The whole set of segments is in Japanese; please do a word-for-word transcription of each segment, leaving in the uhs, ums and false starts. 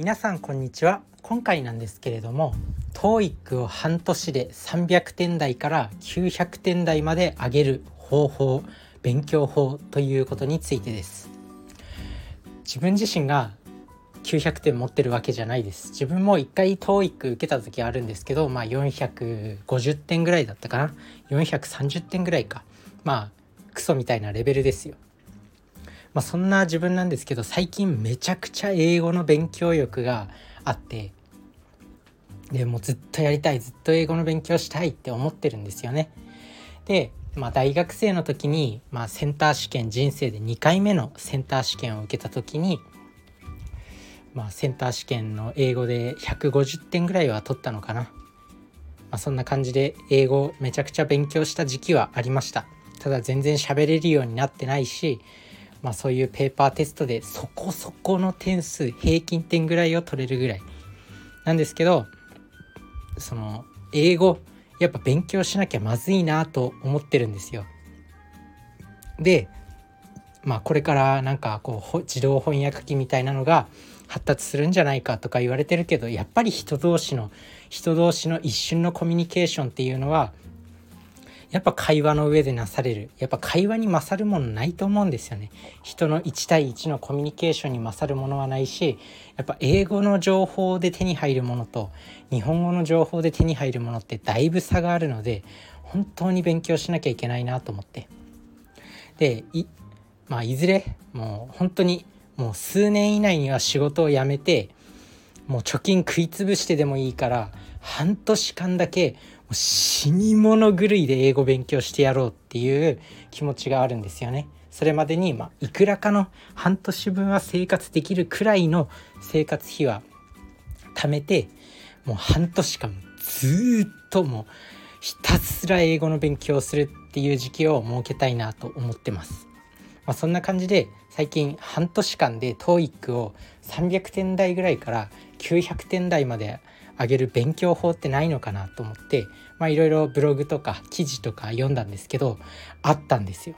皆さんこんにちは。今回なんですけれども トーイック を半年でさんびゃくてん台からきゅうひゃくてん台まで上げる方法、勉強法ということについてです。自分自身がきゅうひゃくてん持ってるわけじゃないです。自分もいっかい トーイック 受けた時あるんですけど、まあよんひゃくごじゅってんぐらいだったかな、よんひゃくさんじゅってんぐらいか、まあクソみたいなレベルですよ。まあそんな自分なんですけど、最近めちゃくちゃ英語の勉強欲があって、でもうずっとやりたい、ずっと英語の勉強したいって思ってるんですよね。で、まあ、大学生の時に、まあ、センター試験、人生でにかいめのセンター試験を受けた時に、まあ、センター試験の英語でひゃくごじゅってんぐらいは取ったのかな。まあ、そんな感じで英語めちゃくちゃ勉強した時期はありました。ただ全然喋れるようになってないし、まあ、そういうペーパーテストでそこそこの点数、平均点ぐらいを取れるぐらいなんですけど、その英語やっぱ勉強しなきゃまずいなと思ってるんですよ。で、まあこれからなんかこう自動翻訳機みたいなのが発達するんじゃないかとか言われてるけど、やっぱり人同士の人同士の一瞬のコミュニケーションっていうのはやっぱ会話の上でなされる、やっぱ会話に勝るものないと思うんですよね。人のいち対いちのコミュニケーションに勝るものはないし、やっぱ英語の情報で手に入るものと日本語の情報で手に入るものってだいぶ差があるので、本当に勉強しなきゃいけないなと思って、で い,、まあ、いずれもう本当にもう数年以内には仕事を辞めて、もう貯金食いつぶしてでもいいから半年間だけ死に物狂いで英語勉強してやろうっていう気持ちがあるんですよね。それまでに、まあ、いくらかの半年分は生活できるくらいの生活費は貯めて、もう半年間ずっともうひたすら英語の勉強をするっていう時期を設けたいなと思ってます。まあ、そんな感じで最近半年間で トーイック をさんびゃくてん台ぐらいからきゅうひゃくてん台まで上げる勉強法ってないのかなと思って、まあいろいろブログとか記事とか読んだんですけど、あったんですよ。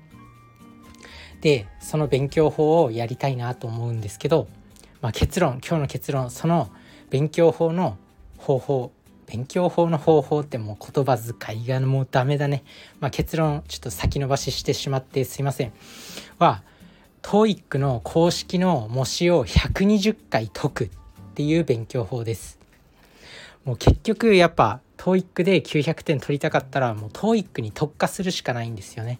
で、その勉強法をやりたいなと思うんですけど、まあ、結論、今日の結論、その勉強法の方法、勉強法の方法ってもう言葉遣いがもうダメだね。まあ、結論ちょっと先延ばししてしまってすいません。は トーイック の公式の模試をひゃくにじゅっかい解くっていう勉強法です。もう結局やっぱ トーイック できゅうひゃくてん取りたかったらもう トーイック に特化するしかないんですよね。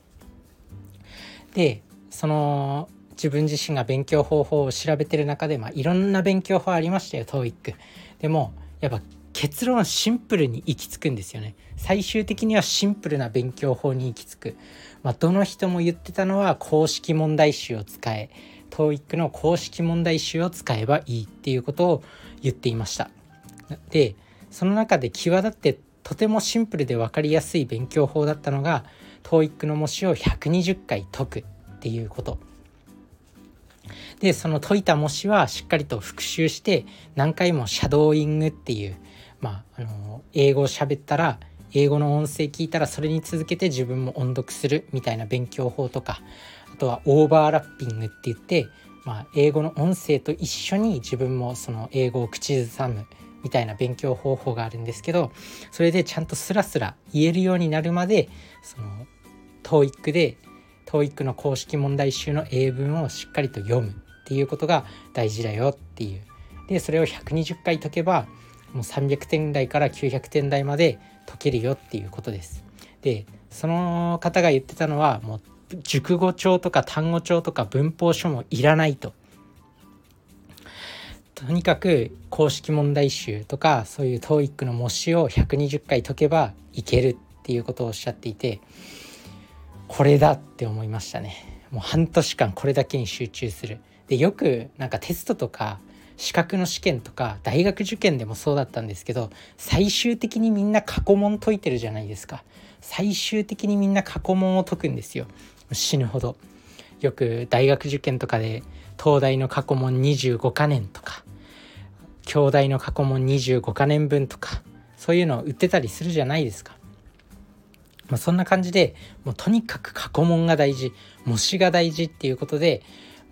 で、その自分自身が勉強方法を調べてる中で、まあ、いろんな勉強法ありましたよ トーイック。 でもやっぱ結論シンプルに行き着くんですよね。最終的にはシンプルな勉強法に行き着く。まあ、どの人も言ってたのは公式問題集を使え、 トーイック の公式問題集を使えばいいっていうことを言っていました。で、その中で際立ってとてもシンプルで分かりやすい勉強法だったのが トーイック の模試をひゃくにじゅっかい解くっていうことで、その解いた模試はしっかりと復習して何回もシャドーイングっていう、まあ、あの英語を喋ったら英語の音声聞いたらそれに続けて自分も音読するみたいな勉強法とか、あとはオーバーラッピングって言って、まあ、英語の音声と一緒に自分もその英語を口ずさむみたいな勉強方法があるんですけど、それでちゃんとスラスラ言えるようになるまでその トーイック で トーイック の公式問題集の英文をしっかりと読むっていうことが大事だよっていう。で、それをひゃくにじゅっかい解けばもうさんびゃくてん台からきゅうひゃくてん台まで解けるよっていうことです。で、その方が言ってたのはもう熟語帳とか単語帳とか文法書もいらないと。とにかく公式問題集とかそういう トーイック の模試をひゃくにじゅっかい解けばいけるっていうことをおっしゃっていて、これだって思いましたね。もう半年間これだけに集中する。で、よくなんかテストとか資格の試験とか大学受験でもそうだったんですけど、最終的にみんな過去問解いてるじゃないですか。最終的にみんな過去問を解くんですよ。死ぬほど。よく大学受験とかで東大の過去問にじゅうごかねんとか京大の過去問にじゅうごかねんぶんとか、そういうのを売ってたりするじゃないですか。まあ、そんな感じでもうとにかく過去問が大事、模試が大事っていうことで、まあ、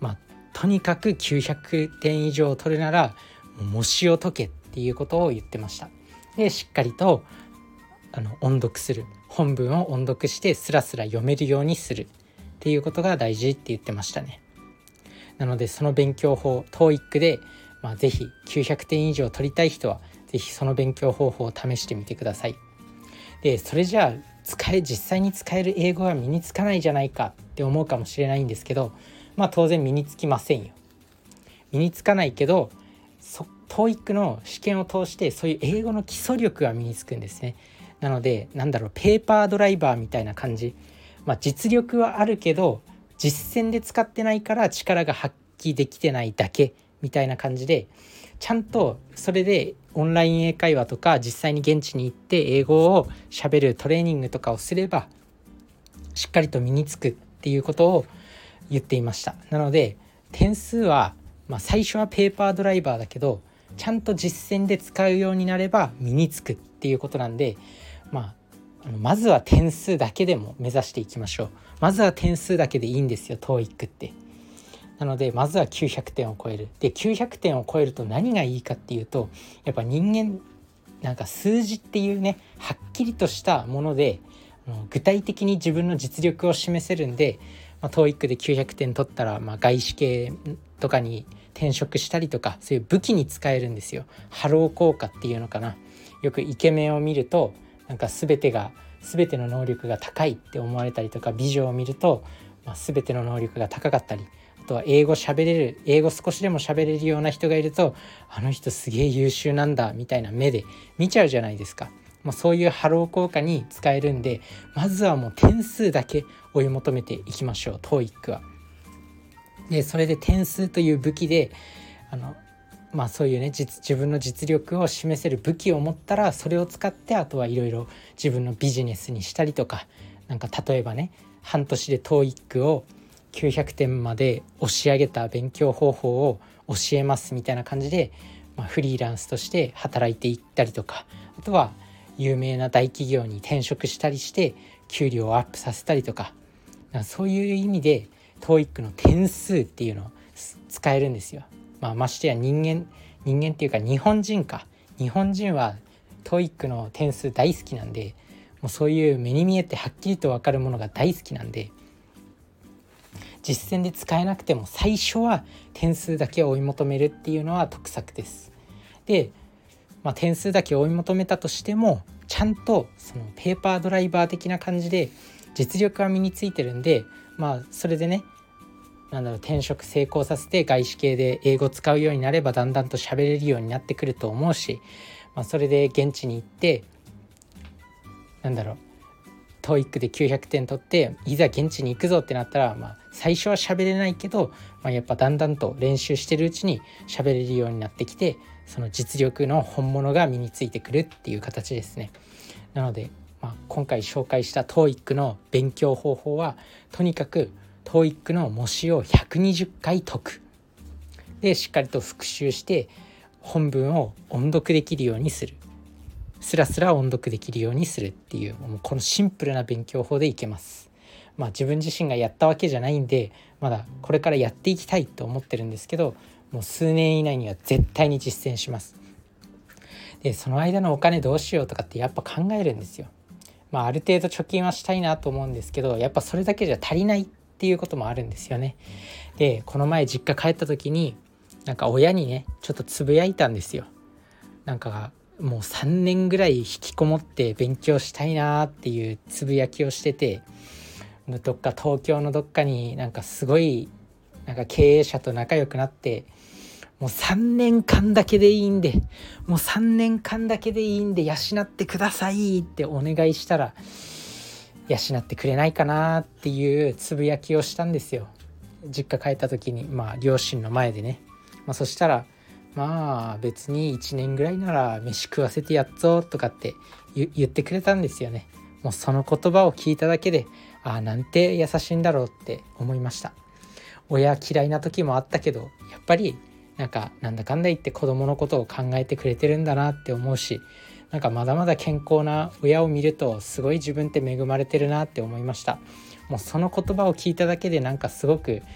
とにかくきゅうひゃくてん以上取るなら模試を解けっていうことを言ってました。でしっかりとあの音読する、本文を音読してスラスラ読めるようにするっていうことが大事って言ってましたね。なのでその勉強法 トーイック で、まあ、ぜひきゅうひゃくてん以上取りたい人はぜひその勉強方法を試してみてください。でそれじゃあ使え実際に使える英語は身につかないじゃないかって思うかもしれないんですけど、まあ当然身につきませんよ。身につかないけどトーイック の試験を通してそういう英語の基礎力が身につくんですね。なのでなんだろうペーパードライバーみたいな感じ、まあ、実力はあるけど実践で使ってないから力が発揮できてないだけみたいな感じで、ちゃんとそれでオンライン英会話とか実際に現地に行って英語を喋るトレーニングとかをすればしっかりと身につくっていうことを言っていました。なので点数は、まあ、最初はペーパードライバーだけどちゃんと実践で使うようになれば身につくっていうことなんで、まあ、あのまずは点数だけでも目指していきましょう。まずは点数だけでいいんですよ トーイック って。なのでまずはきゅうひゃくてんを超える。できゅうひゃくてんを超えると何がいいかっていうと、やっぱ人間なんか数字っていうねはっきりとしたもので具体的に自分の実力を示せるんで、まあ、トーイック できゅうひゃくてん取ったら、まあ、外資系とかに転職したりとかそういう武器に使えるんですよ。ハロー効果っていうのかな。よくイケメンを見るとなんか全てが全ての能力が高いって思われたりとか、美女を見ると、まあ、全ての能力が高かったり、あとは英語喋れる英語少しでも喋れるような人がいるとあの人すげえ優秀なんだみたいな目で見ちゃうじゃないですか。もうそういうハロー効果に使えるんで、まずはもう点数だけ追い求めていきましょう トーイック は。でそれで点数という武器であのまあそういうね実自分の実力を示せる武器を持ったら、それを使ってあとはいろいろ自分のビジネスにしたりとか、なんか例えばね半年で トーイック をきゅうひゃくてんまで押し上げた勉強方法を教えますみたいな感じで、まあ、フリーランスとして働いていったりとか、あとは有名な大企業に転職したりして給料をアップさせたりとか、そういう意味で トーイック の点数っていうのを使えるんですよ。まあ、ましてや人間人間っていうか日本人か日本人は トーイック の点数大好きなんで、もうそういう目に見えてはっきりと分かるものが大好きなんで、実践で使えなくても最初は点数だけ追い求めるっていうのは得策です。で、まあ、点数だけ追い求めたとしてもちゃんとそのペーパードライバー的な感じで実力は身についてるんで、まあそれでねなんだろう転職成功させて外資系で英語使うようになればだんだんと喋れるようになってくると思うし、まあ、それで現地に行ってなんだろうトーイック できゅうひゃくてん取っていざ現地に行くぞってなったら、まあ、最初は喋れないけど、まあ、やっぱだんだんと練習してるうちに喋れるようになってきて、その実力の本物が身についてくるっていう形ですね。なので、まあ、今回紹介した トーイック の勉強方法はとにかく トーイック の模試をひゃくにじゅっかい解く。でしっかりと復習して本文を音読できるようにする。スラスラ音読できるようにするっていう、もうこのシンプルな勉強法でいけます。まあ自分自身がやったわけじゃないんでまだこれからやっていきたいと思ってるんですけど、もう数年以内には絶対に実践します。でその間のお金どうしようとかってやっぱ考えるんですよ。まあある程度貯金はしたいなと思うんですけど、やっぱそれだけじゃ足りないっていうこともあるんですよね。でこの前実家帰った時になんか親にねちょっとつぶやいたんですよ。なんかもうさんねんぐらい引きこもって勉強したいなっていうつぶやきをしてて、どっか東京のどっかになんかすごいなんか経営者と仲良くなって、もうさんねんかんだけでいいんでもうさんねんかんだけでいいんで養ってくださいってお願いしたら養ってくれないかなっていうつぶやきをしたんですよ。実家帰った時にまあ両親の前でね、まあ、そしたらまあ別にいちねんぐらいなら飯食わせてやっぞとかって言ってくれたんですよね。もうその言葉を聞いただけでああなんて優しいんだろうって思いました。親嫌いな時もあったけどやっぱりなんかなんだかんだ言って子供のことを考えてくれてるんだなって思うし、なんかまだまだ健康な親を見るとすごい自分って恵まれてるなって思いました。もうその言葉を聞いただけでなんかすごく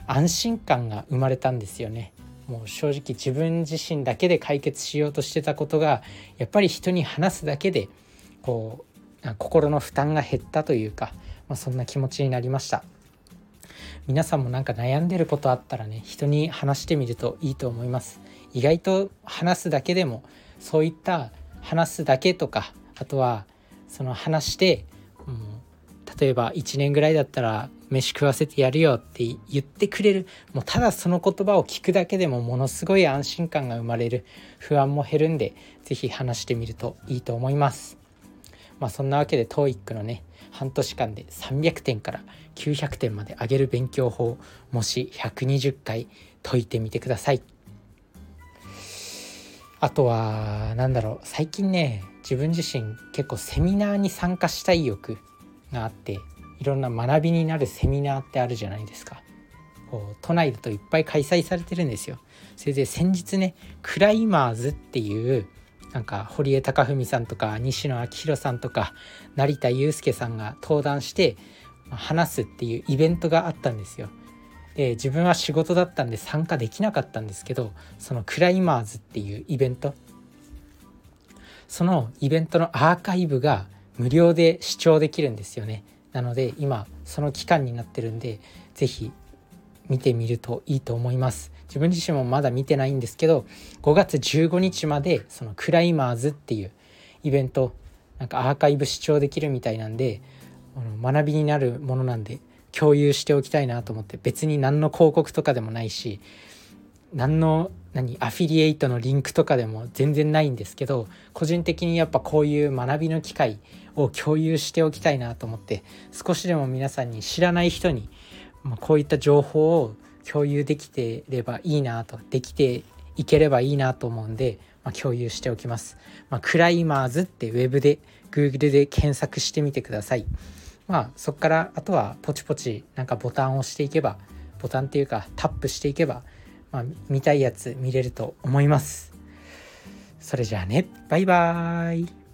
安心感が生まれたんですよね。もう正直自分自身だけで解決しようとしてたことがやっぱり人に話すだけでこう心の負担が減ったというか、まあ、そんな気持ちになりました。皆さんもなんか悩んでることあったらね、人に話してみるといいと思います。意外と話すだけでも、そういった話すだけとか、あとはその話して、うん、例えばいちねんぐらいだったら飯食わせてやるよって言ってくれる、もうただその言葉を聞くだけでもものすごい安心感が生まれる、不安も減るんで、ぜひ話してみるといいと思います。まあそんなわけで トーイック のね、半年間でさんびゃくてんからきゅうひゃくてんまで上げる勉強法、もしひゃくにじゅっかい解いてみてください。あとはなんだろう、最近ね、自分自身結構セミナーに参加したい欲があって、いろんな学びになるセミナーってあるじゃないですか。こう都内だといっぱい開催されてるんですよ。それで先日ね、クライマーズっていうなんか堀江貴文さんとか西野昭弘さんとか成田悠輔さんが登壇して話すっていうイベントがあったんですよ。で、自分は仕事だったんで参加できなかったんですけど、そのクライマーズっていうイベント、そのイベントのアーカイブが無料で視聴できるんですよね。なので今その期間になってるんで、ぜひ見てみるといいと思います。自分自身もまだ見てないんですけど、ごがつじゅうごにちまでそのクライマーズっていうイベント、なんかアーカイブ視聴できるみたいなんで、学びになるものなんで共有しておきたいなと思って、別に何の広告とかでもないし、何の何アフィリエイトのリンクとかでも全然ないんですけど、個人的にやっぱこういう学びの機会を共有しておきたいなと思って、少しでも皆さんに、知らない人にこういった情報を共有できてればいいなと、できていければいいなと思うんで、まあ、共有しておきます。まあ、クライマーズってウェブで Google で検索してみてください。まあそこからあとはポチポチなんかボタンを押していけば、ボタンっていうかタップしていけば、まあ、見たいやつ見れると思います。それじゃあね、バイバーイ。